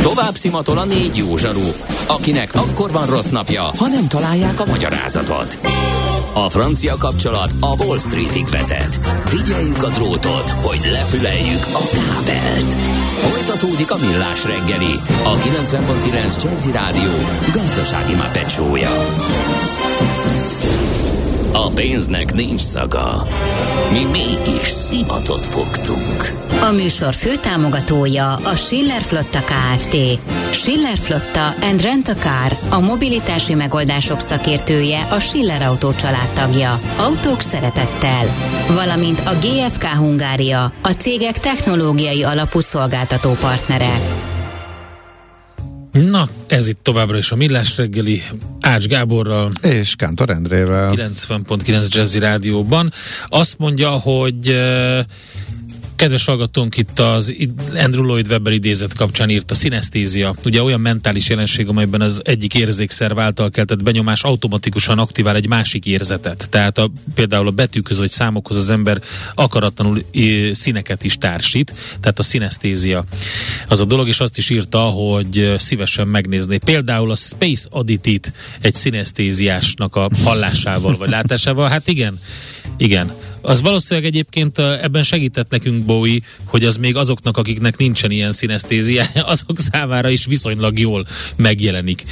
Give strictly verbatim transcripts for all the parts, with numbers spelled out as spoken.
Tovább szimatol a négy jó zsaru, akinek akkor van rossz napja, ha nem találják a magyarázatot. A francia kapcsolat a Wall Streetig vezet. Figyeljük a drótot, hogy lefüleljük a kábelt. Folytatódik a Millás reggeli, a kilencven pont kilenc Jazzy Rádió gazdasági mápecsója. A pénznek nincs szaga. Mi mégis szimatot fogtunk. A műsor főtámogatója a Schiller Flotta Kft. Schiller Flotta and Rent a Car, a mobilitási megoldások szakértője, a Schiller Autó családtagja. Autók szeretettel. Valamint a gé ef ká Hungária, a cégek technológiai alapú szolgáltató partnere. Na, ez itt továbbra is a Millás reggeli Ács Gáborral és Kántor Endrével. kilencven pont kilenc Jazzy Rádióban. Azt mondja, hogy uh, kedves hallgatónk itt az Andrew Lloyd Webber idézet kapcsán írt a szinesztézia. Ugye olyan mentális jelenség, amelyben az egyik érzékszerv által keltett benyomás automatikusan aktivál egy másik érzetet. Tehát a, például a betűkhöz vagy számokhoz az ember akaratlanul é, színeket is társít. Tehát a szinesztézia az a dolog, és azt is írta, hogy szívesen megnézné. Például a Space Oddity-t egy szinesztéziásnak a hallásával vagy látásával. Hát igen, igen. Az valószínűleg egyébként ebben segített nekünk Bowie, hogy az még azoknak, akiknek nincsen ilyen szinesztéziája, azok számára is viszonylag jól megjelenik.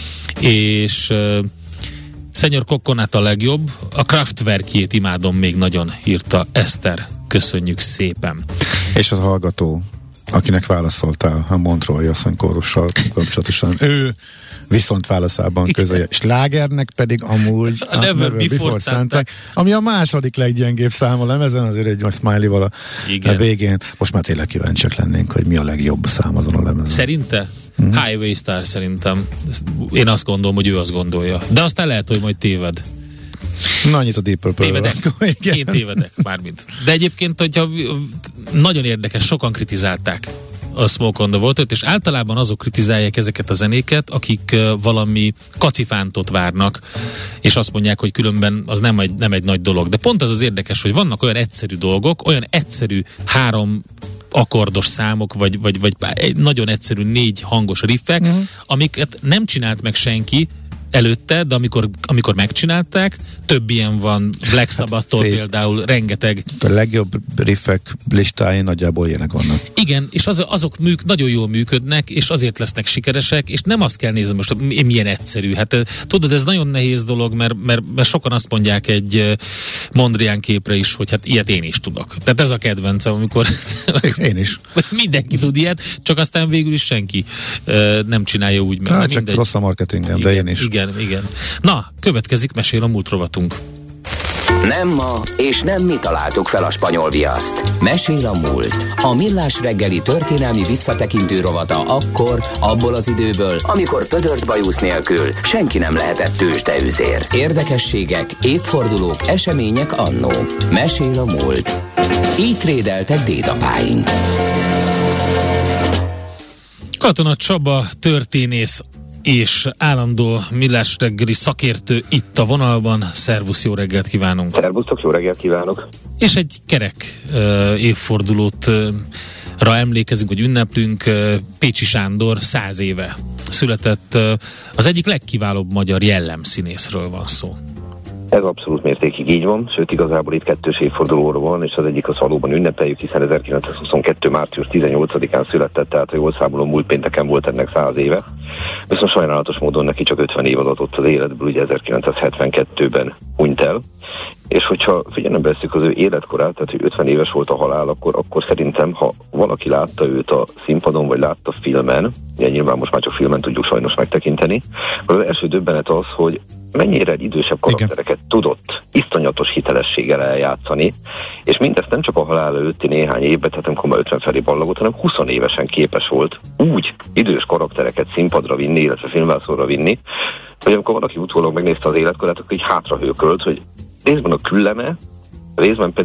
És uh, Szenyor Kokkonát a legjobb, a Kraftwerkjét imádom még nagyon, írta Eszter. Köszönjük szépen. És az hallgató, akinek válaszoltál a Montreux asszonykórussal kapcsolatosan, ő viszont válaszában közölje. Slágernek pedig amúgy a Never Before, Before Santa, ami a második leggyengébb szám a lemezen, azért egy smiley-val a, a végén. Most már tényleg kíváncsiak lennénk, hogy mi a legjobb szám azon a lemezen. Szerinte? Mm-hmm. Highway Star szerintem. Én azt gondolom, hogy ő azt gondolja. De aztán lehet, hogy majd téved. Na, annyit a Deep Purple. Tévedek. Én tévedek mármint. De egyébként, hogyha nagyon érdekes, sokan kritizálták a Smoke on the Water-t, és általában azok kritizálják ezeket a zenéket, akik uh, valami kacifántot várnak, és azt mondják, hogy különben az nem egy, nem egy nagy dolog. De pont az az érdekes, hogy vannak olyan egyszerű dolgok, olyan egyszerű három akkordos számok, vagy, vagy, vagy egy nagyon egyszerű négy hangos riffek, uh-huh. amiket nem csinált meg senki előtte, de amikor, amikor megcsinálták, több ilyen van, Black Sabbath-tól hát például rengeteg. A legjobb riffek listáin nagyjából ilyenek vannak. Igen, és az, azok műk, nagyon jól működnek, és azért lesznek sikeresek, és nem azt kell nézni most, milyen egyszerű. Hát tudod, ez nagyon nehéz dolog, mert, mert, mert sokan azt mondják egy Mondrian képre is, hogy hát ilyet én is tudok. Tehát ez a kedvencem, amikor én is. Mindenki tud ilyet, csak aztán végül is senki nem csinálja úgy. Mert hát csak mindegy. Rossz a marketingem, de én is. Igen. Igen, igen. Na, következik Mesél a múlt rovatunk. Nem ma, és nem mi találtuk fel a spanyol viaszt. Mesél a múlt. A Millás reggeli történelmi visszatekintő rovata akkor, abból az időből, amikor pödört bajusz nélkül senki nem lehetett tőzsdeüzér. Érdekességek, évfordulók, események annó. Mesél a múlt. Így trédeltek dédapáink. Katona Csaba történész és állandó Millás reggeli szakértő itt a vonalban. Szervusz, jó reggelt kívánunk! Szervusztok, jó reggelt kívánok! És egy kerek uh, évfordulót uh, ra emlékezünk, hogy ünneplünk. uh, Pécsi Sándor száz éve született. Uh, az egyik legkiválóbb magyar jellemszínészről van szó. Ez abszolút mértékig így van, sőt igazából itt kettős évfordulóról van, és az egyik az valóban ünnepeljük, hiszen ezerkilencszázhuszonkettő március tizennyolcadikán született, tehát ha jól számolom, múlt pénteken volt ennek száz éve. Viszont sajnálatos módon neki csak ötven év adatott az életből, ugye ezerkilencszázhetvenkettőben hunyt el. És hogyha figyelembe veszik az ő életkorát, tehát hogy ötven éves volt a halál, akkor, akkor szerintem, ha valaki látta őt a színpadon, vagy látta filmen, ugye nyilván most már csak filmen tudjuk sajnos megtekinteni, akkor az első döbbenet az, hogy mennyire idősebb karaktereket igen. tudott iszonyatos hitelességgel eljátszani, és mindezt nem csak a halál előtti néhány évben, tehát amikor már ötven felé ballagott, hanem húsz évesen képes volt úgy idős karaktereket színpadra vinni, illetve filmvászorra vinni, hogy amikor valaki utólag megnézte az életkorát, akkor így hátrahőkölt, hogy részben a külleme, részben pedig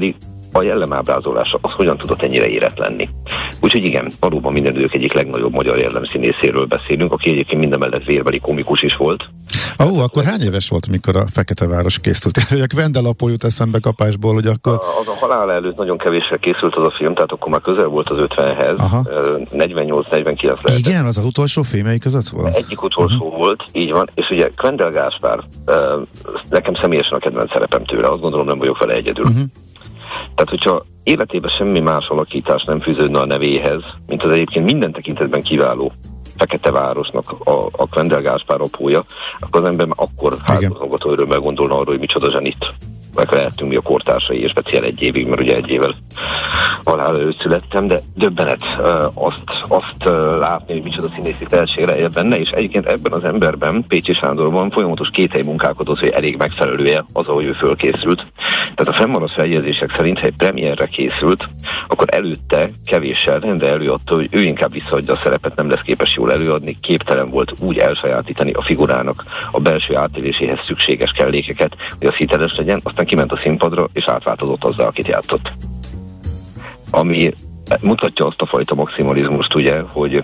a jellemábrázolása az hogyan tudott ennyire érett lenni. Úgyhogy igen, valóban minden idők egyik legnagyobb magyar jellemszínészéről beszélünk, aki egyébként minden mellett vérbeli komikus is volt. Ó, oh, akkor hány éves volt, mikor a Feketeváros készült? A Kvendelapó jut eszembe kapásból, hogy akkor... A, az a halála előtt nagyon kevéssel készült az a film, tehát akkor már közel volt az ötvenhez, negyvennyolc negyvenkilenc lehet. Igen, az az utolsó filmjei között volt? Egyik utolsó uh-huh. volt, így van, és ugye Kvendel Gáspár, nekem személyesen a kedvenc szerepem tőle, azt gondolom nem vagyok vele egyedül. Uh-huh. Tehát, hogyha életében semmi más alakítás nem fűződne a nevéhez, mint az egyébként minden tekintetben kiváló Feketevárosnak a, a Kvendel Gáspár apója, akkor az ember már akkor hátborzongató örömmel gondolna arról, hogy micsoda zsenit lehetünk mi a kortársai, és speciál egy évig, mert ugye egy évvel halál előtt születtem, de döbbenet uh, azt, azt uh, látni, hogy micsoda színészi tehetségre él benne, és egyébként ebben az emberben, Pécsi Sándorban folyamatos kéthely munkálkodott, hogy elég megfelelője az, ahogy ő fölkészült. Tehát a fennmaradt feljegyzések szerint, ha egy premierre készült, akkor előtte kevéssel rendre előadta, hogy ő inkább visszaadja a szerepet, nem lesz képes jól előadni, képtelen volt úgy elsajátítani a figurának a belső átéléséhez szükséges kellékeket, hogy az hiteles legyen, aztán kiment a színpadra, és átváltozott azzal, akit játszott. Ami mutatja azt a fajta maximalizmust, ugye, hogy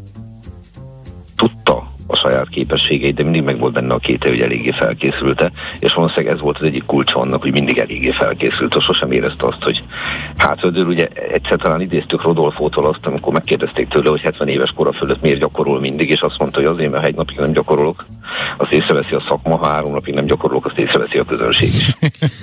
tudta a saját képességeit, de mindig meg volt benne a kéte, hogy eléggé felkészülte, és valószínűleg ez volt az egyik kulcsa annak, hogy mindig eléggé felkészült, és sosem érezte azt, hogy hát ugye egyszer talán idéztük Rodolfótól azt, amikor megkérdezték tőle, hogy hetven éves kora fölött miért gyakorol mindig, és azt mondta, hogy azért, mert ha egy napig nem gyakorolok, azt észreveszi a szakma, ha három napig nem gyakorolok, azt észreveszi a közönség is.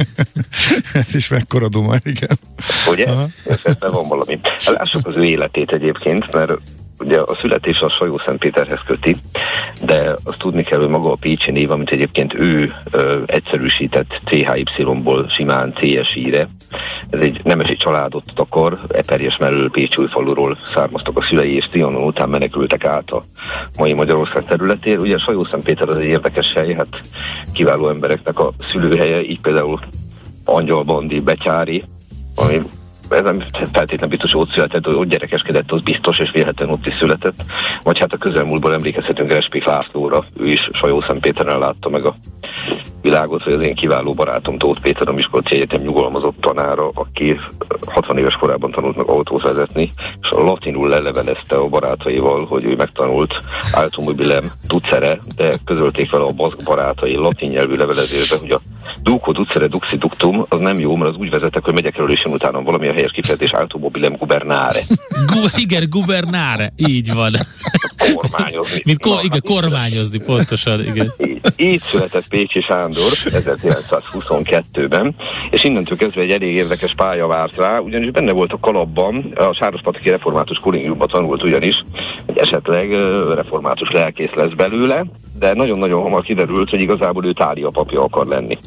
Ez is mekkora duma, igen. Ugye? Ebben van valami. Lássuk az ő életét egyébként, mert ugye a születés a Sajó-Szentpéterhez köti, de azt tudni kell, hogy maga a pécsi név, amit egyébként ő ö, egyszerűsített cé há ipszilonból simán cé es i-re. Ez egy nemesi családot takar, Eperjes mellől Pécsújfaluról származtak a szülei, és Trianon után menekültek át a mai Magyarország területére. Ugye Sajó-Szentpéter az egy érdekes hely, hát kiváló embereknek a szülőhelye, így például Angyalbandi, Betyári, ami ez nem feltétlenül biztos, hogy ott született, hogy ott gyerekeskedett, az biztos, és vélhetően ott is született. Vagy hát a közelmúltból emlékezhetünk Respik Lászlóra, ő is Sajó-Szentpéteren látta meg a világot, hogy az én kiváló barátom Tóth Péter, a Miskolci Egyetem nyugalmazott tanára, aki hatvan éves korában tanult meg autót vezetni, és a latinul lelevelezte a barátaival, hogy ő megtanult automobilem tucere, de közölték vele a baszk barátai latin nyelvű levelezésben, hogy a duco ducere duxi ductum az nem jó, mert az úgy vezetek, hogy megyek erről, és utána valami a helyes kifejezés automobilem gubernare. Gu- igen, gubernare, így van. Kormányozni. Mint ko- igen, kormányozni, pontosan, igen. Így, így született Pécsi Sándor ezerkilencszázhuszonkettőben, és innentől kezdve egy elég érdekes pálya várt rá, ugyanis benne volt a kalapban, a Sárospataki Református Kollégiumban tanult ugyanis, hogy esetleg református lelkész lesz belőle, de nagyon-nagyon hamar kiderült, hogy igazából ő Tália papja akar lenni,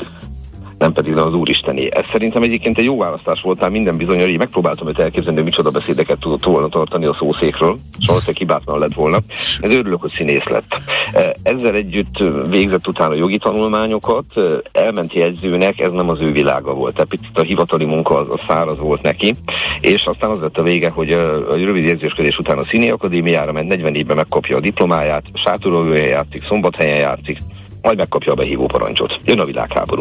nem pedig az Úristené. Ez szerintem egyébként egy jó választás volt, már minden bizonnyal, így megpróbáltam őt elképzelni, hogy micsoda beszédeket tudott volna tartani a szószékről, és valószínűleg hibátlan lett volna. Ez örülök, hogy színész lett. Ezzel együtt végzett utána jogi tanulmányokat, elment jegyzőnek, ez nem az ő világa volt. Tehát picit a hivatali munka az, az száraz volt neki, és aztán az lett a vége, hogy a, a rövid jegyzősködés után a Színiakadémiára ment, negyven évben megkapja a diplomáját, Sátoralóhelyen játszik, Szombathelyen játszik, majd megkapja a behívó parancsot. Jön a világháború.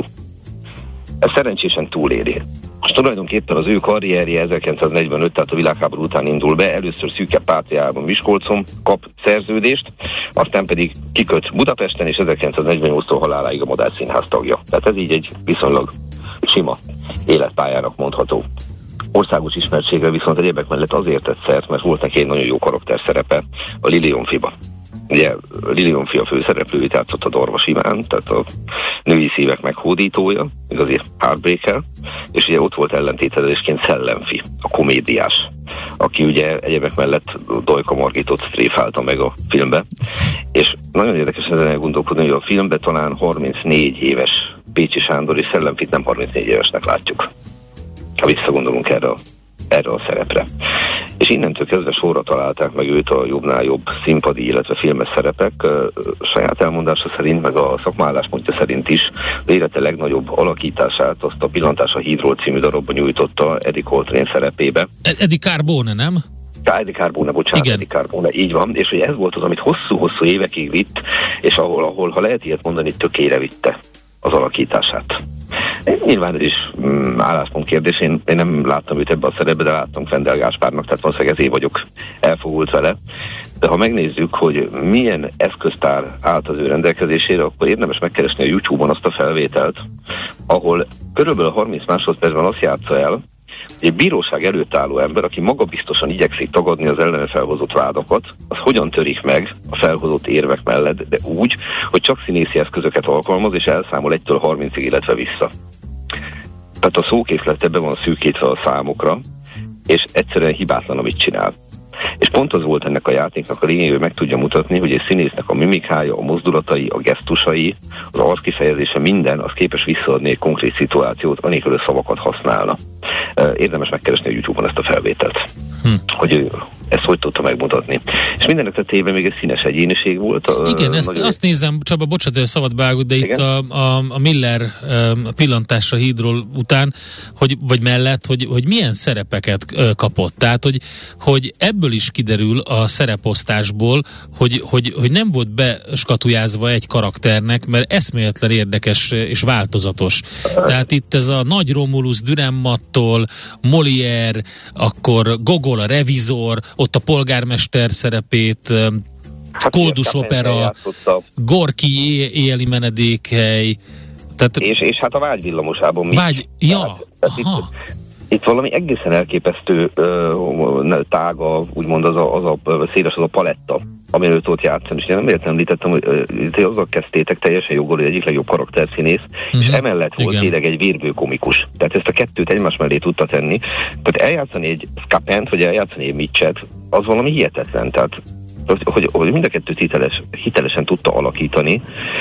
Ez szerencsésen túléli. Most tulajdonképpen az ő karrierje ezerkilencszáznegyvenöt, tehát a világháború után indul be, először szűkebb pártjában Miskolcon kap szerződést, aztán pedig kiköt Budapesten, és ezerkilencszáznegyvennyolctól haláláig a Madách Színház tagja. Tehát ez így egy viszonylag sima életpályának mondható. Országos ismertségre viszont egyébek mellett azért tett szert, mert volt neki egy nagyon jó karakterszerepe a Liliomfiba. Ugye Liliomfi a főszereplőjét játszott a Darvas Iván, tehát a női szívek meghódítója, igazi heartbreaker, és ugye ott volt ellentételezésként Szellemfi, a komédiás, aki ugye egyebek mellett Dojka Margitot tréfálta meg a filmbe, és nagyon érdekes ezen elgondolkodni, hogy a filmben talán harmincnégy éves Pécsi Sándor, és Szellemfit nem harmincnégy évesnek látjuk, ha visszagondolunk erre a erre a szerepre. És innentől kezdve sorra találták meg őt a jobbnál jobb színpadi, illetve filmes szerepek. Saját elmondása szerint, meg a szakmálláspontja szerint is élete legnagyobb alakítását azt a Pillantás a hídról című darabban nyújtotta Eddie Coltrane szerepébe. Eddie Carbone, nem? Eddie Carbone, bocsánat, Eddie Carbone, így van. És hogy ez volt az, amit hosszú-hosszú évekig vitt, és ahol, ahol ha lehet ilyet mondani, tökére vitte az alakítását. Nyilván ez is mm, álláspont kérdés, én, én nem láttam őt ebbe a szerepbe, de láttam Vendel Gáspárnak, tehát valószínűleg ezért vagyok elfogult vele. De ha megnézzük, hogy milyen eszköztár állt az ő rendelkezésére, akkor érdemes megkeresni a YouTube-on azt a felvételt, ahol körülbelül harminc másodpercben azt játsza el, hogy egy bíróság előtt álló ember, aki magabiztosan igyekszik tagadni az ellene felhozott vádakat, az hogyan törik meg a felhozott érvek mellett, de úgy, hogy csak színészi eszközöket alkalmaz, és elszámol egytől harmincig, illetve vissza. Tehát a szókészlet ebben van szűkítve a számokra, és egyszerűen hibátlan, amit csinál. És pont az volt ennek a játéknak a lényeg, hogy meg tudja mutatni, hogy egy színésznek a mimikája, a mozdulatai, a gesztusai, az arckifejezése, minden, az képes visszaadni egy konkrét szituációt, anélkül, hogy szavakat használna. Érdemes megkeresni a YouTube-on ezt a felvételt, hm. hogy ő ezt hogy tudta megmutatni. És mindenek tetejében még egy színes egyéniség volt. Igen, ezt, azt nézem, Csaba, bocsánat, hogy a szabad beágod, de igen? Itt a, a, a Miller a pillantásra hídról után, hogy, vagy mellett, hogy, hogy milyen szerepeket kapott. Tehát, hogy, hogy ebből is kiderül a szereposztásból, hogy, hogy, hogy nem volt beskatujázva egy karakternek, mert eszméletlen érdekes és változatos. Tehát itt ez a nagy Romulus Dürrenmattól, Molière, akkor Gogol a revizor, ott a polgármester szerepét, hát Koldus opera, Gorki éjjeli menedékhely. Tehát, és, és hát a Vágyvillamosában mi? Vágy, ja, tehát, tehát itt, itt valami egészen elképesztő uh, tága, úgymond az a, az a széles az a paletta, amiről ott játszani. És én nem értem, említettem, hogy uh, azzal kezdtétek teljesen jogol, hogy egyik legjobb karakterszínész, uh-huh. és emellett volt tényleg egy vérbő komikus. Tehát ezt a kettőt egymás mellé tudta tenni. Tehát eljátszani egy Scapent, vagy eljátszani egy Mitchet, az valami hihetetlen. Tehát hogy, hogy mind a kettőt hiteles, hitelesen tudta alakítani,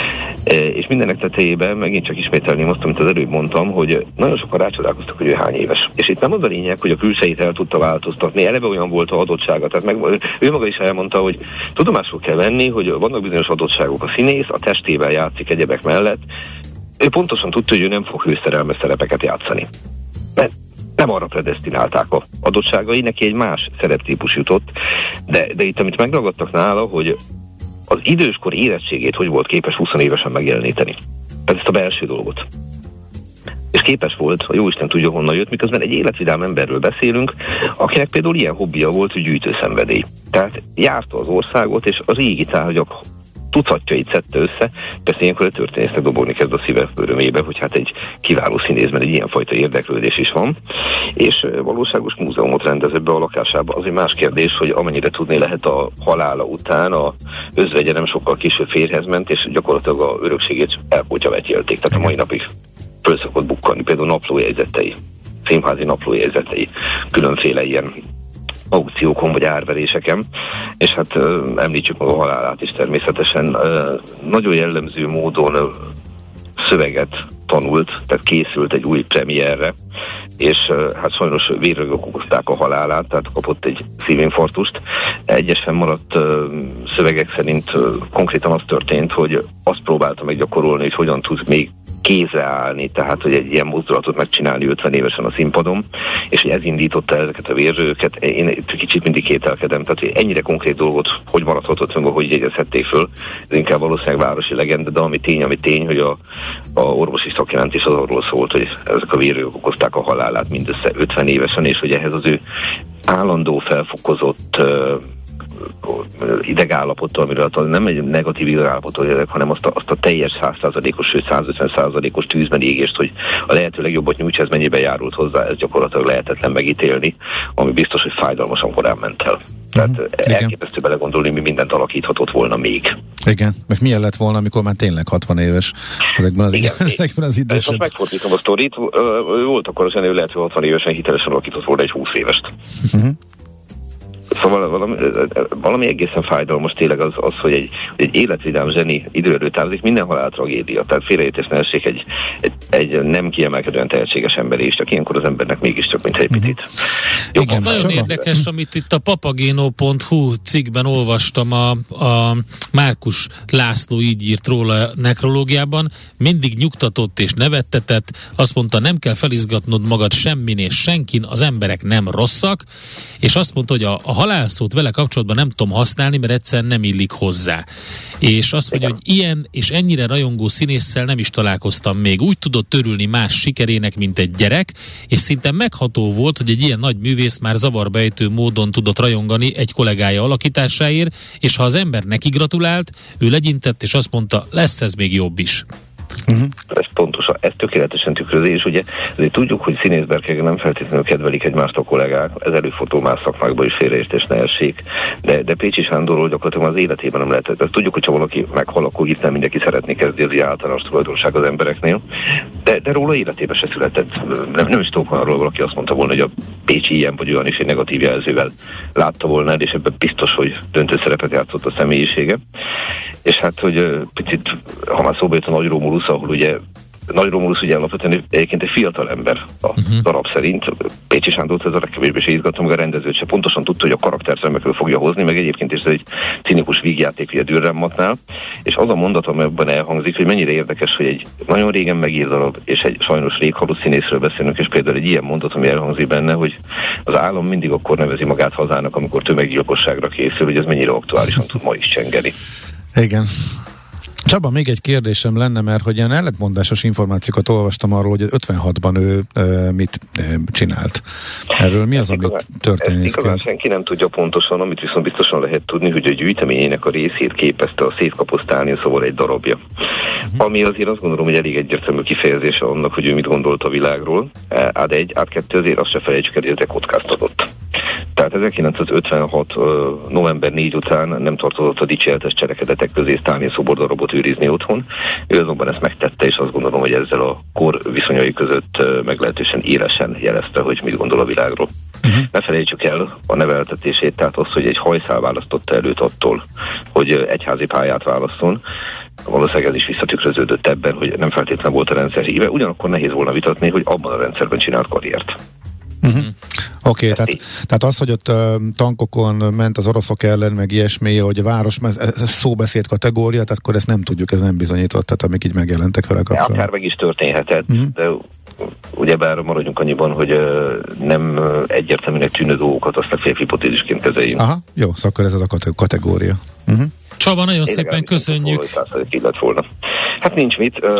és mindenek tetejében megint csak ismételném azt, amit az előbb mondtam, hogy nagyon sokan rácsodálkoztak, hogy ő hány éves. És itt nem az a lényeg, hogy a külsejét el tudta változtatni, eleve olyan volt a adottsága, tehát meg, ő maga is elmondta, hogy tudomásul kell venni, hogy vannak bizonyos adottságok, a színész a testével játszik egyebek mellett, ő pontosan tudta, hogy ő nem fog hőszerelmes szerepeket játszani. Mert nem arra predesztinálták a adottságai, neki egy más szereptípus jutott, de, de itt amit megragadtak nála, hogy az időskor érettségét hogy volt képes húsz évesen megjeleníteni. Tehát ezt a belső dolgot. És képes volt, a jóisten tudja honnan jött, miközben egy életvidám emberről beszélünk, akinek például ilyen hobbija volt, hogy gyűjtőszenvedély. Tehát járta az országot, és a régi tárgyak tucatjait szedte össze, persze ilyenkor a történésznek dobolni kezd a szíve örömébe, hogy hát egy kiváló színészben egy ilyenfajta érdeklődés is van, és valóságos múzeumot rendezett be a lakásába. Az egy más kérdés, hogy amennyire tudni lehet, a halála után a özvegye nem sokkal később férjhez ment, és gyakorlatilag a örökségét elkótya vetélték, tehát a mai napig föl szokott bukkanni, például naplójegyzetei, színházi naplójegyzetei, különféle ilyen aukciókon vagy árveréseken, és hát uh, említsük meg a halálát is természetesen. Uh, nagyon jellemző módon uh, szöveget tanult, tehát készült egy új premierre, és uh, hát sajnos vérrögök okozták a halálát, tehát kapott egy szívinfarktust. Egyes fennmaradt uh, szövegek szerint uh, konkrétan az történt, hogy azt próbálta meg gyakorolni, hogy hogyan tud még kézre állni, tehát hogy egy ilyen mozdulatot megcsinálni ötven évesen a színpadon, és hogy ez indította ezeket a vérzőket. Én kicsit mindig kételkedem, tehát hogy ennyire konkrét dolgot hogy maradhatott meg, hogy jegyezhették föl, ez inkább valószínűleg városi legenda, de ami tény, ami tény, hogy a, a orvosi szakjelentés az arról szólt, hogy ezek a vérzők okozták a halálát mindössze ötven évesen, és hogy ehhez az ő állandó felfokozott uh, idegállapottal, amiről nem egy negatív idegállapottal érek, hanem azt a, azt a teljes száz százalékos, sőt százötven százalékos tűzben égést, hogy a lehető legjobbat nyújtsa, ez mennyiben járult hozzá, ez gyakorlatilag lehetetlen megítélni, ami biztos, hogy fájdalmasan korán ment el. Tehát uh-huh. elképesztő belegondolni, mi mindent alakíthatott volna még. Igen, meg milyen lett volna, amikor már tényleg hatvan éves ezekben az, igen, ezekben az idősebb. Most megfordítom a sztorit, volt akkor az ennél lehet, hogy hatvan évesen hitelesen alakított volna egy húsz évest. Uh-huh. Szóval valami, valami egészen fájdalmas tényleg az, az hogy egy, egy életvidám zseni idő előtt távozik, minden halál tragédia. Tehát félreértés ne essék, egy, egy, egy nem kiemelkedően tehetséges ember, és csak ilyenkor az embernek mégiscsak, mint egy picit. Uh-huh. Igen, nagyon Csaba. Érdekes, amit itt a papageno pont hu cikkben olvastam, a, a Márkus László így írt róla nekrológiában, mindig nyugtatott és nevettetett, azt mondta, nem kell felizgatnod magad semmin és senkin, az emberek nem rosszak, és azt mondta, hogy a, a halál halálszót vele kapcsolatban nem tudom használni, mert egyszerűen nem illik hozzá. És azt mondja, hogy ilyen és ennyire rajongó színésszel nem is találkoztam még. Úgy tudott törülni más sikerének, mint egy gyerek, és szinte megható volt, hogy egy ilyen nagy művész már zavarbejtő módon tudott rajongani egy kollégája alakításáért, és ha az ember neki gratulált, ő legyintett, és azt mondta, lesz ez még jobb is. Uh-huh. Ez pontosan, ez tökéletesen tükrözi, és ugye azért tudjuk, hogy színészberkek nem feltétlenül kedvelik egymást a kollégák, ez előfordul más szakmákban is, félreértés ne essék, de, de Pécsi Sándorról gyakorlatilag az életében nem lehetett. Ezt tudjuk, hogy ha valaki meghal, akkor itt nem mindenki szeretni kezdi, az egy általános tulajdonság az embereknél, de, de róla életében se született. Nem, nem is tudok arról, valaki azt mondta volna, hogy a Pécsi ilyen vagy olyan is egy negatív jelzővel látta volna el, és ebben biztos, hogy döntő szerepet játszott a személyisége. És hát, hogy picit, ha már szóba jött a Nagy Rómulusz, ahol ugye Nagy Rómulusz ugye alapvetően egyébként egy fiatal ember a uh-huh. darab szerint. Pécsi Sándort ez a legkevésbé se izgatta, meg a rendezőt se pontosan tudta, hogy a karakterszemekről fogja hozni, meg egyébként is ez egy cinikus vígjáték ugye Dürrenmattnál, és az a mondat, amelyben elhangzik, hogy mennyire érdekes, hogy egy nagyon régen megírt darab, és egy sajnos rég halott színészről beszélünk, és például egy ilyen mondat, ami elhangzik benne, hogy az állam mindig akkor nevezi magát hazának, amikor tömeggyilkosságra készül, hogy ez mennyire aktuálisan tud ma is csengeni. Igen. Csaba, még egy kérdésem lenne, mert hogy ilyen ellentmondásos információkat olvastam arról, hogy ötvenhatban ő e, mit e, csinált. Erről mi az, ezt amit történik? Igazán senki nem tudja pontosan, amit viszont biztosan lehet tudni, hogy a gyűjteményének a részét képezte a szétkaposztálni, szóval egy darabja. Uh-huh. Ami azért azt gondolom, hogy elég egyértelmű kifejezése annak, hogy ő mit gondolt a világról. Át egy, át kettő, azért azt se felejtsük el, hogy ezek kockáztatott. Tehát ezerkilencszázötvenhat. november negyedike után nem tartozott a dicséretes cselekedetek közé Sztálin szobordarabot őrizni otthon. Ő azonban ezt megtette, és azt gondolom, hogy ezzel a kor viszonyai között meglehetősen élesen jelezte, hogy mit gondol a világról. Uh-huh. Ne felejtsük el a neveltetését, tehát az, hogy egy hajszál választotta előtt attól, hogy egyházi pályát válasszon. Valószínűleg ez is visszatükröződött ebben, hogy nem feltétlenül volt a rendszer híve, ugyanakkor nehéz volna vitatni, hogy abban a rendszerben csinált karriert. Uh-huh. Oké, okay, tehát, tehát az, hogy ott uh, tankokon ment az oroszok ellen, meg ilyesmi, hogy a város, ez, ez szóbeszéd kategória, tehát akkor ezt nem tudjuk, ez nem bizonyított, tehát amik így megjelentek vele kapcsolatban. Akár meg is történhetett, uh-huh. de ugyebár maradjunk annyiban, hogy uh, nem uh, egyértelműnek tűnő dolgokat azt a fél hipotézisként kezeljünk. Aha, jó, szóval akkor ez az a kategória. Uh-huh. Csaba, nagyon Én szépen köszönjük. Volna. Hát nincs mit, uh,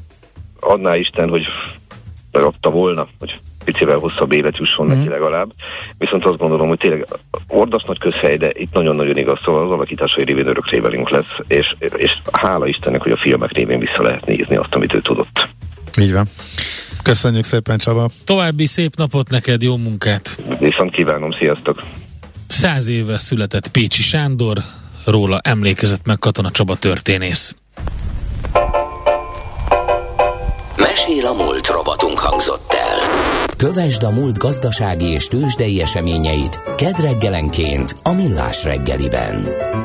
adná Isten, hogy megadta volna, hogy picivel hosszabb élet jusson neki legalább. Viszont azt gondolom, hogy tényleg ordas nagy közhely, de itt nagyon-nagyon igaz, szóval az alakításai révén örökké velünk lesz, és, és hála Istennek, hogy a filmek révén vissza lehet nézni azt, amit ő tudott. Így van. Köszönjük szépen, Csaba. További szép napot neked, jó munkát. Viszont kívánom, sziasztok. Száz éve született Pécsi Sándor, róla emlékezett meg Katona Csaba történész. Mesél a múlt robotunk hangzott el. Kövesd a múlt gazdasági és tőzsdei eseményeit kedd reggelenként a Millás reggeliben.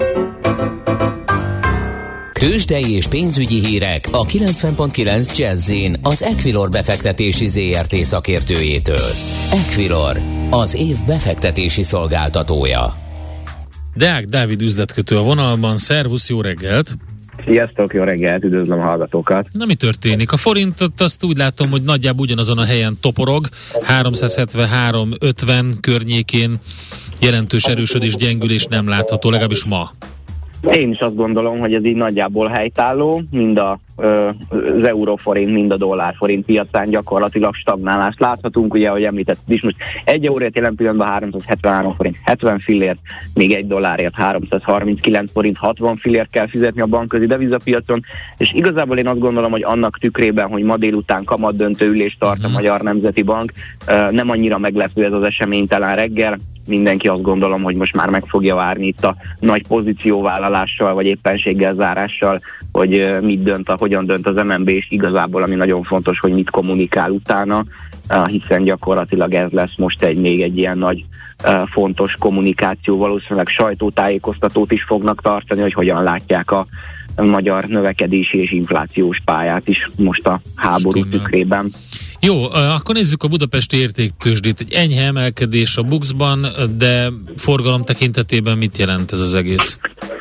Tőzsdei és pénzügyi hírek a kilencven pont kilenc Jazz-in az Equilor befektetési zé er té szakértőjétől. Equilor, az év befektetési szolgáltatója. Deák Dávid üzletkötő a vonalban, szervusz, jó reggelt! Sziasztok, jó reggelt, üdvözlöm a hallgatókat! Na, mi történik? A forintot azt úgy látom, hogy nagyjából ugyanazon a helyen toporog, háromszázhetvenhárom ötven környékén jelentős erősödés, gyengülés nem látható, legalábbis ma. Én is azt gondolom, hogy ez így nagyjából helytálló, mind a, az euróforint, mind a dollárforint piacán gyakorlatilag stagnálást láthatunk, ugye, ahogy említetted is, most egy euróért jelen pillanatban háromszázhetvenhárom forint hetven fillért, még egy dollárért háromszázharminckilenc forint hatvan fillért kell fizetni a bankközi devizapiacon, és igazából én azt gondolom, hogy annak tükrében, hogy ma délután kamatdöntő ülést tart a Magyar Nemzeti Bank, nem annyira meglepő ez az eseménytelen reggel. Mindenki azt gondolom, hogy most már meg fogja várni itt a nagy pozícióvállalással, vagy éppenséggel zárással, hogy mit dönt, a, hogyan dönt az em en bé, és igazából ami nagyon fontos, hogy mit kommunikál utána, hiszen gyakorlatilag ez lesz most egy még egy ilyen nagy fontos kommunikáció, valószínűleg sajtótájékoztatót is fognak tartani, hogy hogyan látják a magyar növekedési és inflációs pályát is most a háború Stimmel. tükrében. Jó, akkor nézzük a budapesti értéktőzsdét. Egy enyhe emelkedés a buxban, de forgalom tekintetében mit jelent ez az egész?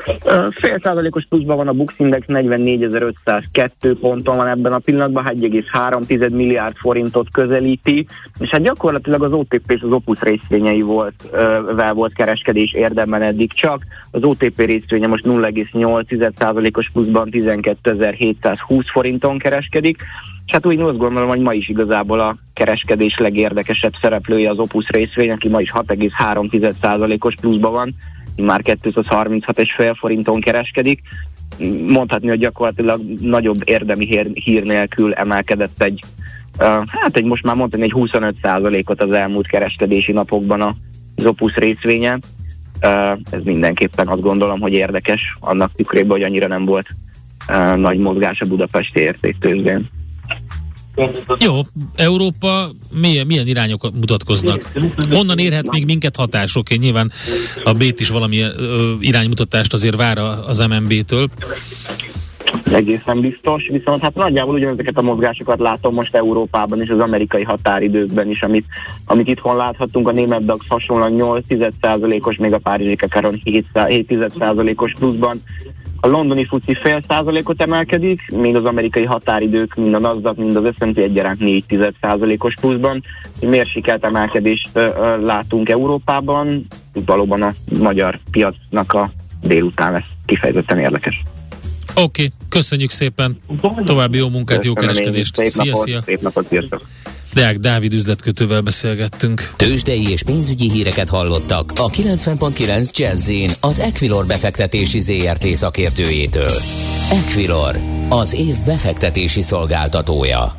Fél százalékos pluszban van a Bux Index, negyvennégyezer-ötszázkettő ponton van ebben a pillanatban, egy egész három milliárd forintot közelíti, és hát gyakorlatilag az o té pé és az Opus részvényei volt, vel volt kereskedés érdemben eddig csak. Az o té pé részvénye most nulla egész nyolc százalékos pluszban tizenkétezer-hétszázhúsz forinton kereskedik, és hát úgy azt gondolom, hogy ma is igazából a kereskedés legérdekesebb szereplője az Opus részvény, aki ma is hat egész három százalékos pluszban van, már kétszázharminchat egész öt forinton kereskedik. Mondhatni, hogy gyakorlatilag nagyobb érdemi hír, hír nélkül emelkedett egy, uh, hát egy most már mondani egy huszonöt százalékot az elmúlt kereskedési napokban az Opus részvénye. Uh, ez mindenképpen azt gondolom, hogy érdekes, annak tükrében, hogy annyira nem volt uh, nagy mozgás a budapesti értéktőzsdén. Jó, Európa milyen, milyen irányok mutatkoznak? Honnan érhet még minket hatások? Én nyilván a Bét is valamilyen ö, iránymutatást azért vár az em en bé-től. Egészen biztos, viszont hát nagyjából ugyanezeket a mozgásokat látom most Európában és az amerikai határidőkben is, amit, amit itthon láthattunk, a német DAX hasonlóan nyolc százalékos, még a párizsi Kakaron hét százalékos pluszban. A londoni fuci fél százalékot emelkedik, még az amerikai határidők, mind a Nasdaq, mind az es and pé egyaránt négy százalékos pluszban. Mérsékelt emelkedést uh, látunk Európában, valóban a magyar piacnak a délután lesz kifejezetten érdekes. Oké, okay, köszönjük szépen, további jó munkát, Köszönöm, jó kereskedést. Szép szia, napot, szia! Szép napot, sziasztok! Deák Dávid üzletkötővel beszélgettünk. Tőzsdei és pénzügyi híreket hallottak a kilencven pont kilenc Jazz-in az Equilor befektetési zé er té szakértőjétől. Equilor, az év befektetési szolgáltatója.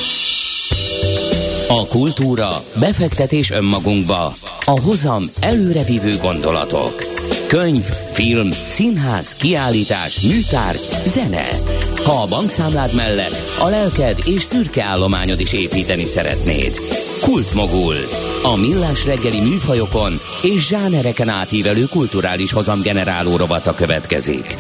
A kultúra, befektetés önmagunkba, a hozam előrevívő gondolatok. Könyv, film, színház, kiállítás, műtárgy, zene. Ha a bankszámlád mellett a lelked és szürke állományod is építeni szeretnéd. Kultmogul. A millás reggeli műfajokon és zsánereken átívelő kulturális hozamgeneráló rovata következik.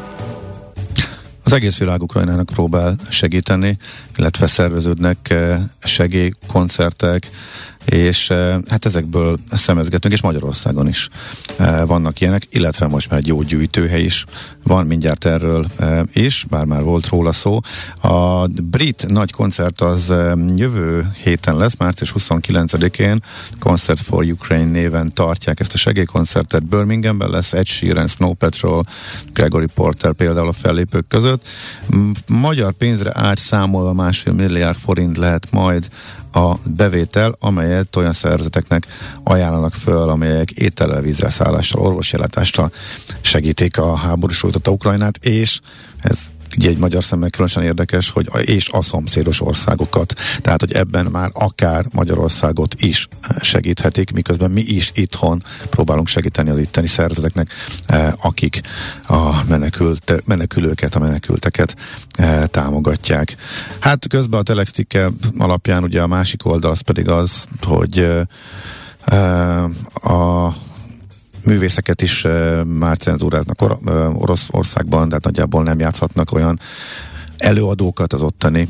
Az egész világ Ukrajnának próbál segíteni, illetve szerveződnek segélykoncertek, és hát ezekből szemezgetünk, és Magyarországon is vannak ilyenek, illetve most már gyógygyűjtőhely is van, mindjárt erről is, bár már volt róla szó. A brit nagy koncert az jövő héten lesz, március huszonkilencedikén, Concert for Ukraine néven tartják ezt a segélykoncertet. Birminghamben lesz Ed Sheeran, Snow Patrol, Gregory Porter például a fellépők között. Magyar pénzre átszámolva másfél milliárd forint lehet majd a bevétel, amelyet olyan szervezeteknek ajánlanak föl, amelyek étellel, vízre, szállással, orvosjellátással segítik a háborús sújtotta Ukrajnát, és ez ugye egy magyar szemmel különösen érdekes, hogy a, és a szomszédos országokat. Tehát, hogy ebben már akár Magyarországot is segíthetik, miközben mi is itthon próbálunk segíteni az itteni szervezeteknek, eh, akik a menekült, menekülőket, a menekülteket eh, támogatják. Hát közben a Telex cikke alapján ugye a másik oldal az pedig az, hogy eh, a művészeket is uh, már cenzúráznak or- uh, Oroszországban, de hát nagyjából nem játszhatnak olyan előadókat az ottani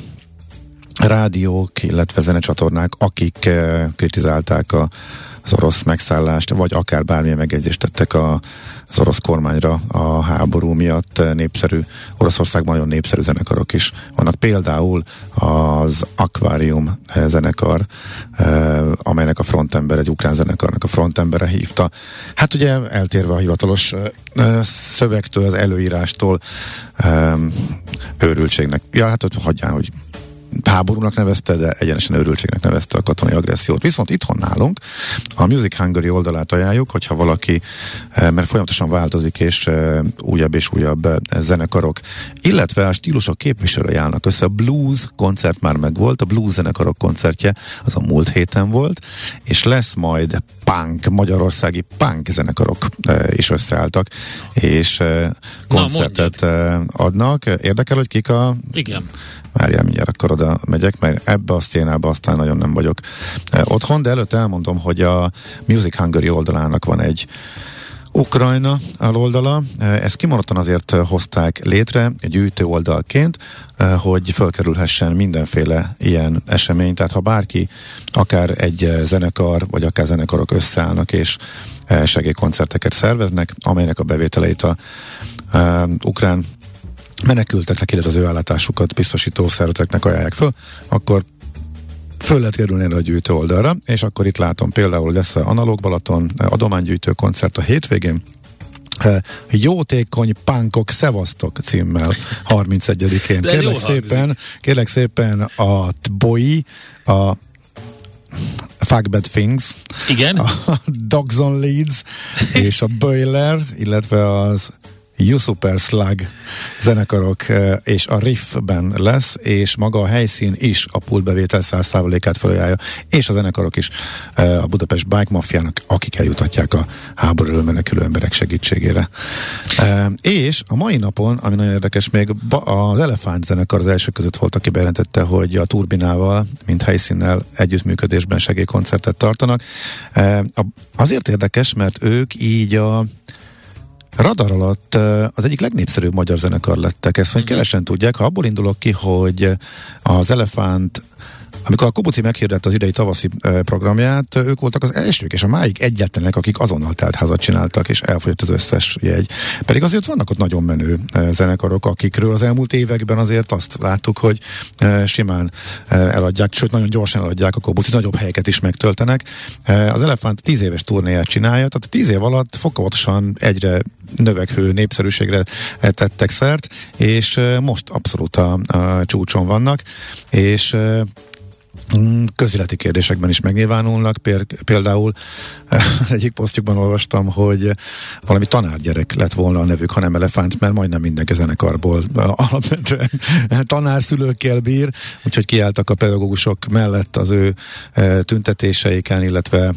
rádiók, illetve zenecsatornák, akik uh, kritizálták a, az orosz megszállást, vagy akár bármilyen megjegyzést tettek a, az orosz kormányra a háború miatt. Népszerű, Oroszországban nagyon népszerű zenekarok is vannak. Például az Aquarium zenekar, amelynek a frontember, egy ukrán zenekarnak a frontembere hívta. Hát ugye eltérve a hivatalos szövegtől, az előírástól őrültségnek. Ja, hát ott hagyján, hogy háborúnak nevezte, de egyenesen őrültségnek nevezte a katonai agressziót. Viszont itthon nálunk a Music Hungary oldalát ajánljuk, hogyha valaki, mert folyamatosan változik, és újabb és újabb zenekarok, illetve a stílusok képviselői állnak össze. A blues koncert már megvolt, a blues zenekarok koncertje az a múlt héten volt, és lesz majd punk, magyarországi punk zenekarok is összeálltak, és koncertet Na, adnak. Érdekel, hogy kik a... Igen. Várjál, mindjárt akkor oda megyek, mert ebbe a szténába aztán nagyon nem vagyok eh, otthon, de előtt elmondom, hogy a Music Hungary oldalának van egy Ukrajna oldala, ezt kimaradtan azért hozták létre gyűjtő oldalként, hogy fölkerülhessen mindenféle ilyen esemény, tehát ha bárki, akár egy zenekar, vagy akár zenekarok összeállnak és segélykoncerteket szerveznek, amelynek a bevételeit a, a ukrán menekülteknek, illetve az ő ellátásukat biztosító szervezeteknek ajánlják föl, akkor föl lehet kerülni erre a gyűjtő oldalra, és akkor itt látom például lesz a Analóg Balaton adománygyűjtő koncert a hétvégén, Jótékony Pánkok Szevasztok címmel harmincegyedikén. Kérlek szépen, kérlek szépen a Tboi, a Fuck Bad Things, igen, a Dogs on Leeds és a Boiler, illetve az You Super Slug zenekarok és a Riffben lesz, és maga a helyszín is a pultbevétel száz százalékát felajánlja, és a zenekarok is a Budapest Bike Mafiának, akik eljutatják a háború elől menekülő emberek segítségére. És a mai napon, ami nagyon érdekes, még az Elefánt zenekar az első között volt, aki bejelentette, hogy a Turbinával, mint helyszínnel együttműködésben segélykoncertet tartanak. Azért érdekes, mert ők így a radar alatt az egyik legnépszerűbb magyar zenekar lettek. Ezt hogy kevesen tudják. Ha abból indulok ki, hogy az Elefánt, amikor a Kubuci meghirdett az idei tavaszi programját, ők voltak az elsők, és a máig egyetlenek, akik azonnal teltházat csináltak, és elfogyott az összes jegy. Pedig azért vannak ott nagyon menő zenekarok, akikről az elmúlt években azért azt láttuk, hogy simán eladják, sőt, nagyon gyorsan eladják a Kubuci, nagyobb helyeket is megtöltenek. Az Elefánt tíz éves turnéját csinálja, tehát tíz év alatt fokozatosan egyre növekvő népszerűségre tettek szert, és most abszolút a, a csúcson vannak, és közéleti kérdésekben is megnyilvánulnak. Például az egyik posztjukban olvastam, hogy valami tanárgyerek lett volna a nevük, ha nem Elefánt, mert majdnem mindenki zenekarból alapvetően tanárszülőkkel bír, úgyhogy kiálltak a pedagógusok mellett az ő tüntetéseiken, illetve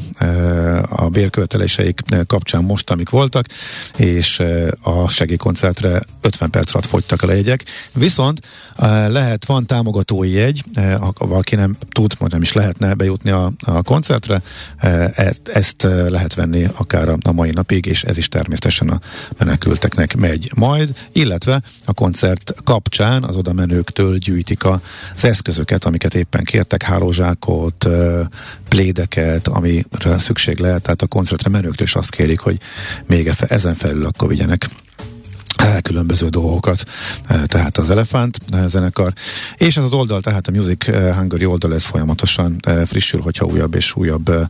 a bérköveteléseik kapcsán most, amik voltak, és a segélykoncertre ötven perc alatt fogytak a jegyek. Viszont lehet, van támogatói jegy, ha valaki nem tud, vagy nem is lehetne bejutni a, a koncertre, ezt, ezt lehet venni akár a, a mai napig, és ez is természetesen a menekülteknek megy majd, illetve a koncert kapcsán az oda menőktől gyűjtik az eszközöket, amiket éppen kértek, hálózsákot, plédeket, amire szükség lehet, tehát a koncertre menőktől is azt kérik, hogy még ezen felül akkor vigyenek különböző dolgokat, tehát az Elefánt zenekar, és ez az oldal, tehát a Music Hungary oldal, ez folyamatosan frissül, hogyha újabb és újabb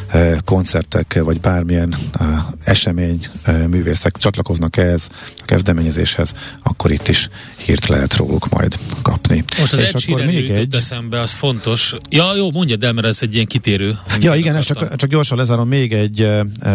koncertek, vagy bármilyen esemény, művészek csatlakoznak ehhez a kezdeményezéshez, akkor itt is hírt lehet róluk majd kapni. Most az Ed Sheeran jutott egy... eszembe, az fontos. Ja, jó, mondjad el, mert ez egy ilyen kitérő. Ja, igen, ez csak, csak gyorsan lezárom, még egy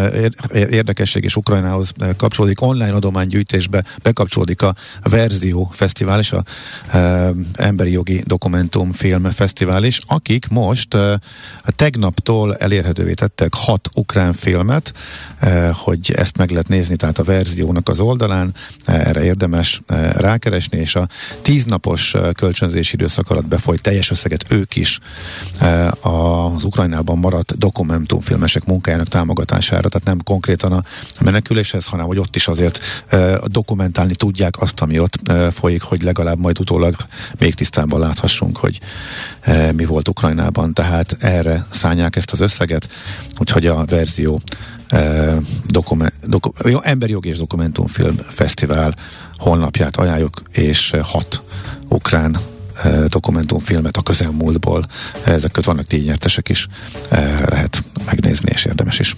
érdekesség, és Ukrajnához kapcsolódik, online adománygyűjtésbe bekapcsolódik a Verzió Fesztivál és a e, Emberi Jogi Dokumentumfilm Fesztivál is, akik most e, tegnaptól elérhetővé tettek hat ukrán filmet, e, hogy ezt meg lehet nézni, tehát a Verziónak az oldalán, e, erre érdemes e, rákeresni, és a tíznapos e, kölcsönzési időszak alatt befolyt teljes összeget ők is e, az Ukrajnában maradt dokumentumfilmesek munkájának támogatására, tehát nem konkrétan a meneküléshez, hanem hogy ott is azért e, a dokumentálni tudják azt, ami ott e, folyik, hogy legalább majd utólag még tisztában láthassunk, hogy e, mi volt Ukrajnában. Tehát erre szánják ezt az összeget, úgyhogy a Verzió e, dokumen, doku, jó, Emberi Jogi és Dokumentumfilm Fesztivál honlapját ajánljuk, és hat ukrán e, dokumentumfilmet a közelmúltból, ezek között vannak díjnyertesek is, e, lehet megnézni, és érdemes is.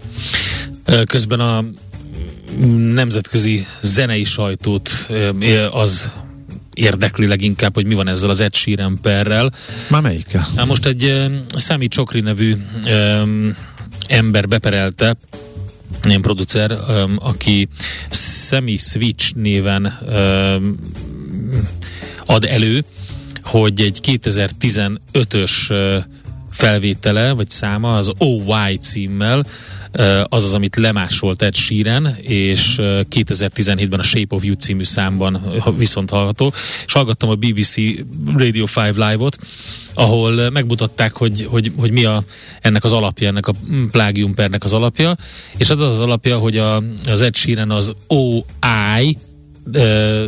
Közben a nemzetközi zenei sajtót az érdekli leginkább, hogy mi van ezzel az Ed Sheeran perrel. Már melyikkel? Hát most egy Sami Csokri nevű um, ember beperelte, ilyen producer, um, aki Semi Switch néven um, ad elő, hogy egy kétezer-tizenötös uh, felvétele, vagy száma, az Oh Why címmel, az az, amit lemásolt Ed Sheeran, és kétezer-tizenhétben a Shape of You című számban viszont hallható, és hallgattam a bé bé cé Radio öt Live-ot, ahol megmutatták, hogy, hogy, hogy mi a, ennek az alapja, ennek a plágiumpernek az alapja, és az az alapja, hogy a, az Ed Sheeran az Oh I Uh,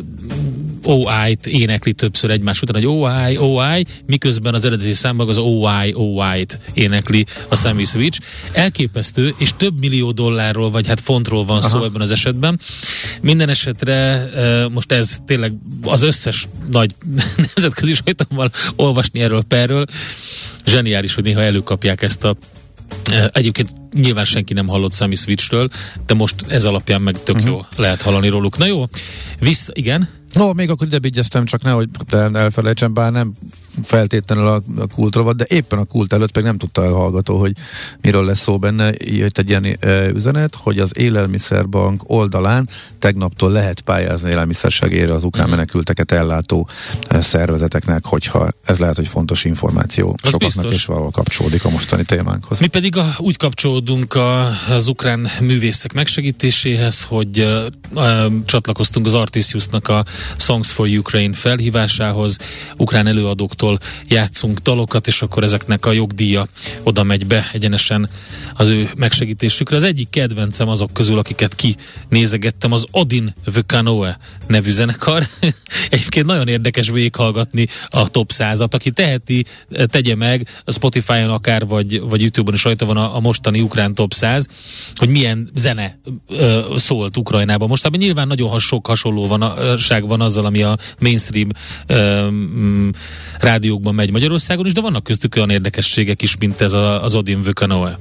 O I-t énekli többször egymás után, hogy Oh I, Oh I, miközben az eredeti számban az Oh I, Oh I-t énekli a Sammy Switch. Elképesztő, és több millió dollárról, vagy hát fontról van Aha. szó ebben az esetben. Minden esetre uh, most ez tényleg az összes nagy nemzetközi sajtóban olvasni erről perről. Zseniális, hogy néha előkapják ezt a uh, egyébként nyilván senki nem hallott Sammy Switchről, de most ez alapján meg tök uh-huh. jó lehet hallani róluk. Na jó, vissza, igen? No, még akkor ide vigyeztem, csak nehogy elfelejtsem, bár nem feltétlenül a, a kultrovat, de éppen a kult előtt meg nem tudta a hallgató, hogy miről lesz szó benne. Jött egy ilyen e, üzenet, hogy az Élelmiszerbank oldalán tegnaptól lehet pályázni élelmiszersegélyre az ukrán uh-huh. menekülteket ellátó e, szervezeteknek, hogyha ez lehet, hogy fontos információ az sokaknak, biztos. És valahol kapcsolódik a mostani témánkhoz. Mi pedig a, úgy kapcsolódunk a, az ukrán művészek megsegítéséhez, hogy e, e, csatlakoztunk az Artisiusnak a Songs for Ukraine felhívásához, ukrán előadóktól játszunk dalokat, és akkor ezeknek a jogdíja oda megy be egyenesen az ő megsegítésükre. Az egyik kedvencem azok közül, akiket kinézegettem, az Odin Vökanoe nevű zenekar. Egyébként nagyon érdekes végighallgatni a top százat. Aki teheti, tegye meg, a Spotify-on akár, vagy, vagy YouTube-on is rajta van a, a mostani ukrán top száz, hogy milyen zene ö, szólt Ukrajnában. Mostában nyilván nagyon sok hasonló van, a, van azzal, ami a mainstream ö, m, rádiókban megy Magyarországon is, de vannak köztük olyan érdekességek is, mint ez a, az Odin Vökanoe.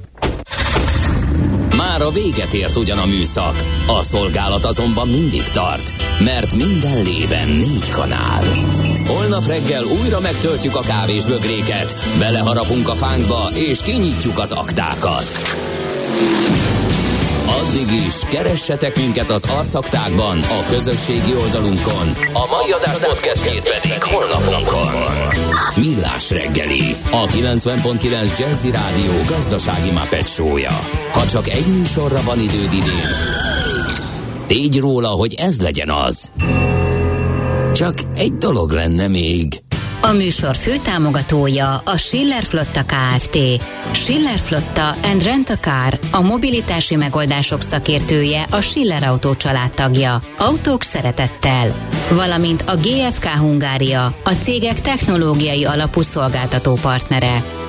Már a véget ért ugyan a műszak, a szolgálat azonban mindig tart, mert minden lében négy kanál. Holnap reggel újra megtöltjük a kávésbögréket, beleharapunk a fánkba és kinyitjuk az aktákat. Addig is keressetek minket az arcaktákban, a közösségi oldalunkon. A mai adás podcastjét pedig honlapunkon. Millás reggeli, a kilencven pont kilenc Jazzy Rádió gazdasági Muppet show-ja. Ha csak egy műsorra van időd idén, tégy róla, hogy ez legyen az. Csak egy dolog lenne még. A műsor főtámogatója a Schiller Flotta Kft. Schiller Flotta and Rent a Car, a mobilitási megoldások szakértője, a Schiller Autó családtagja. Autók szeretettel. Valamint a gé ef ká Hungária, a cégek technológiai alapú szolgáltató partnere.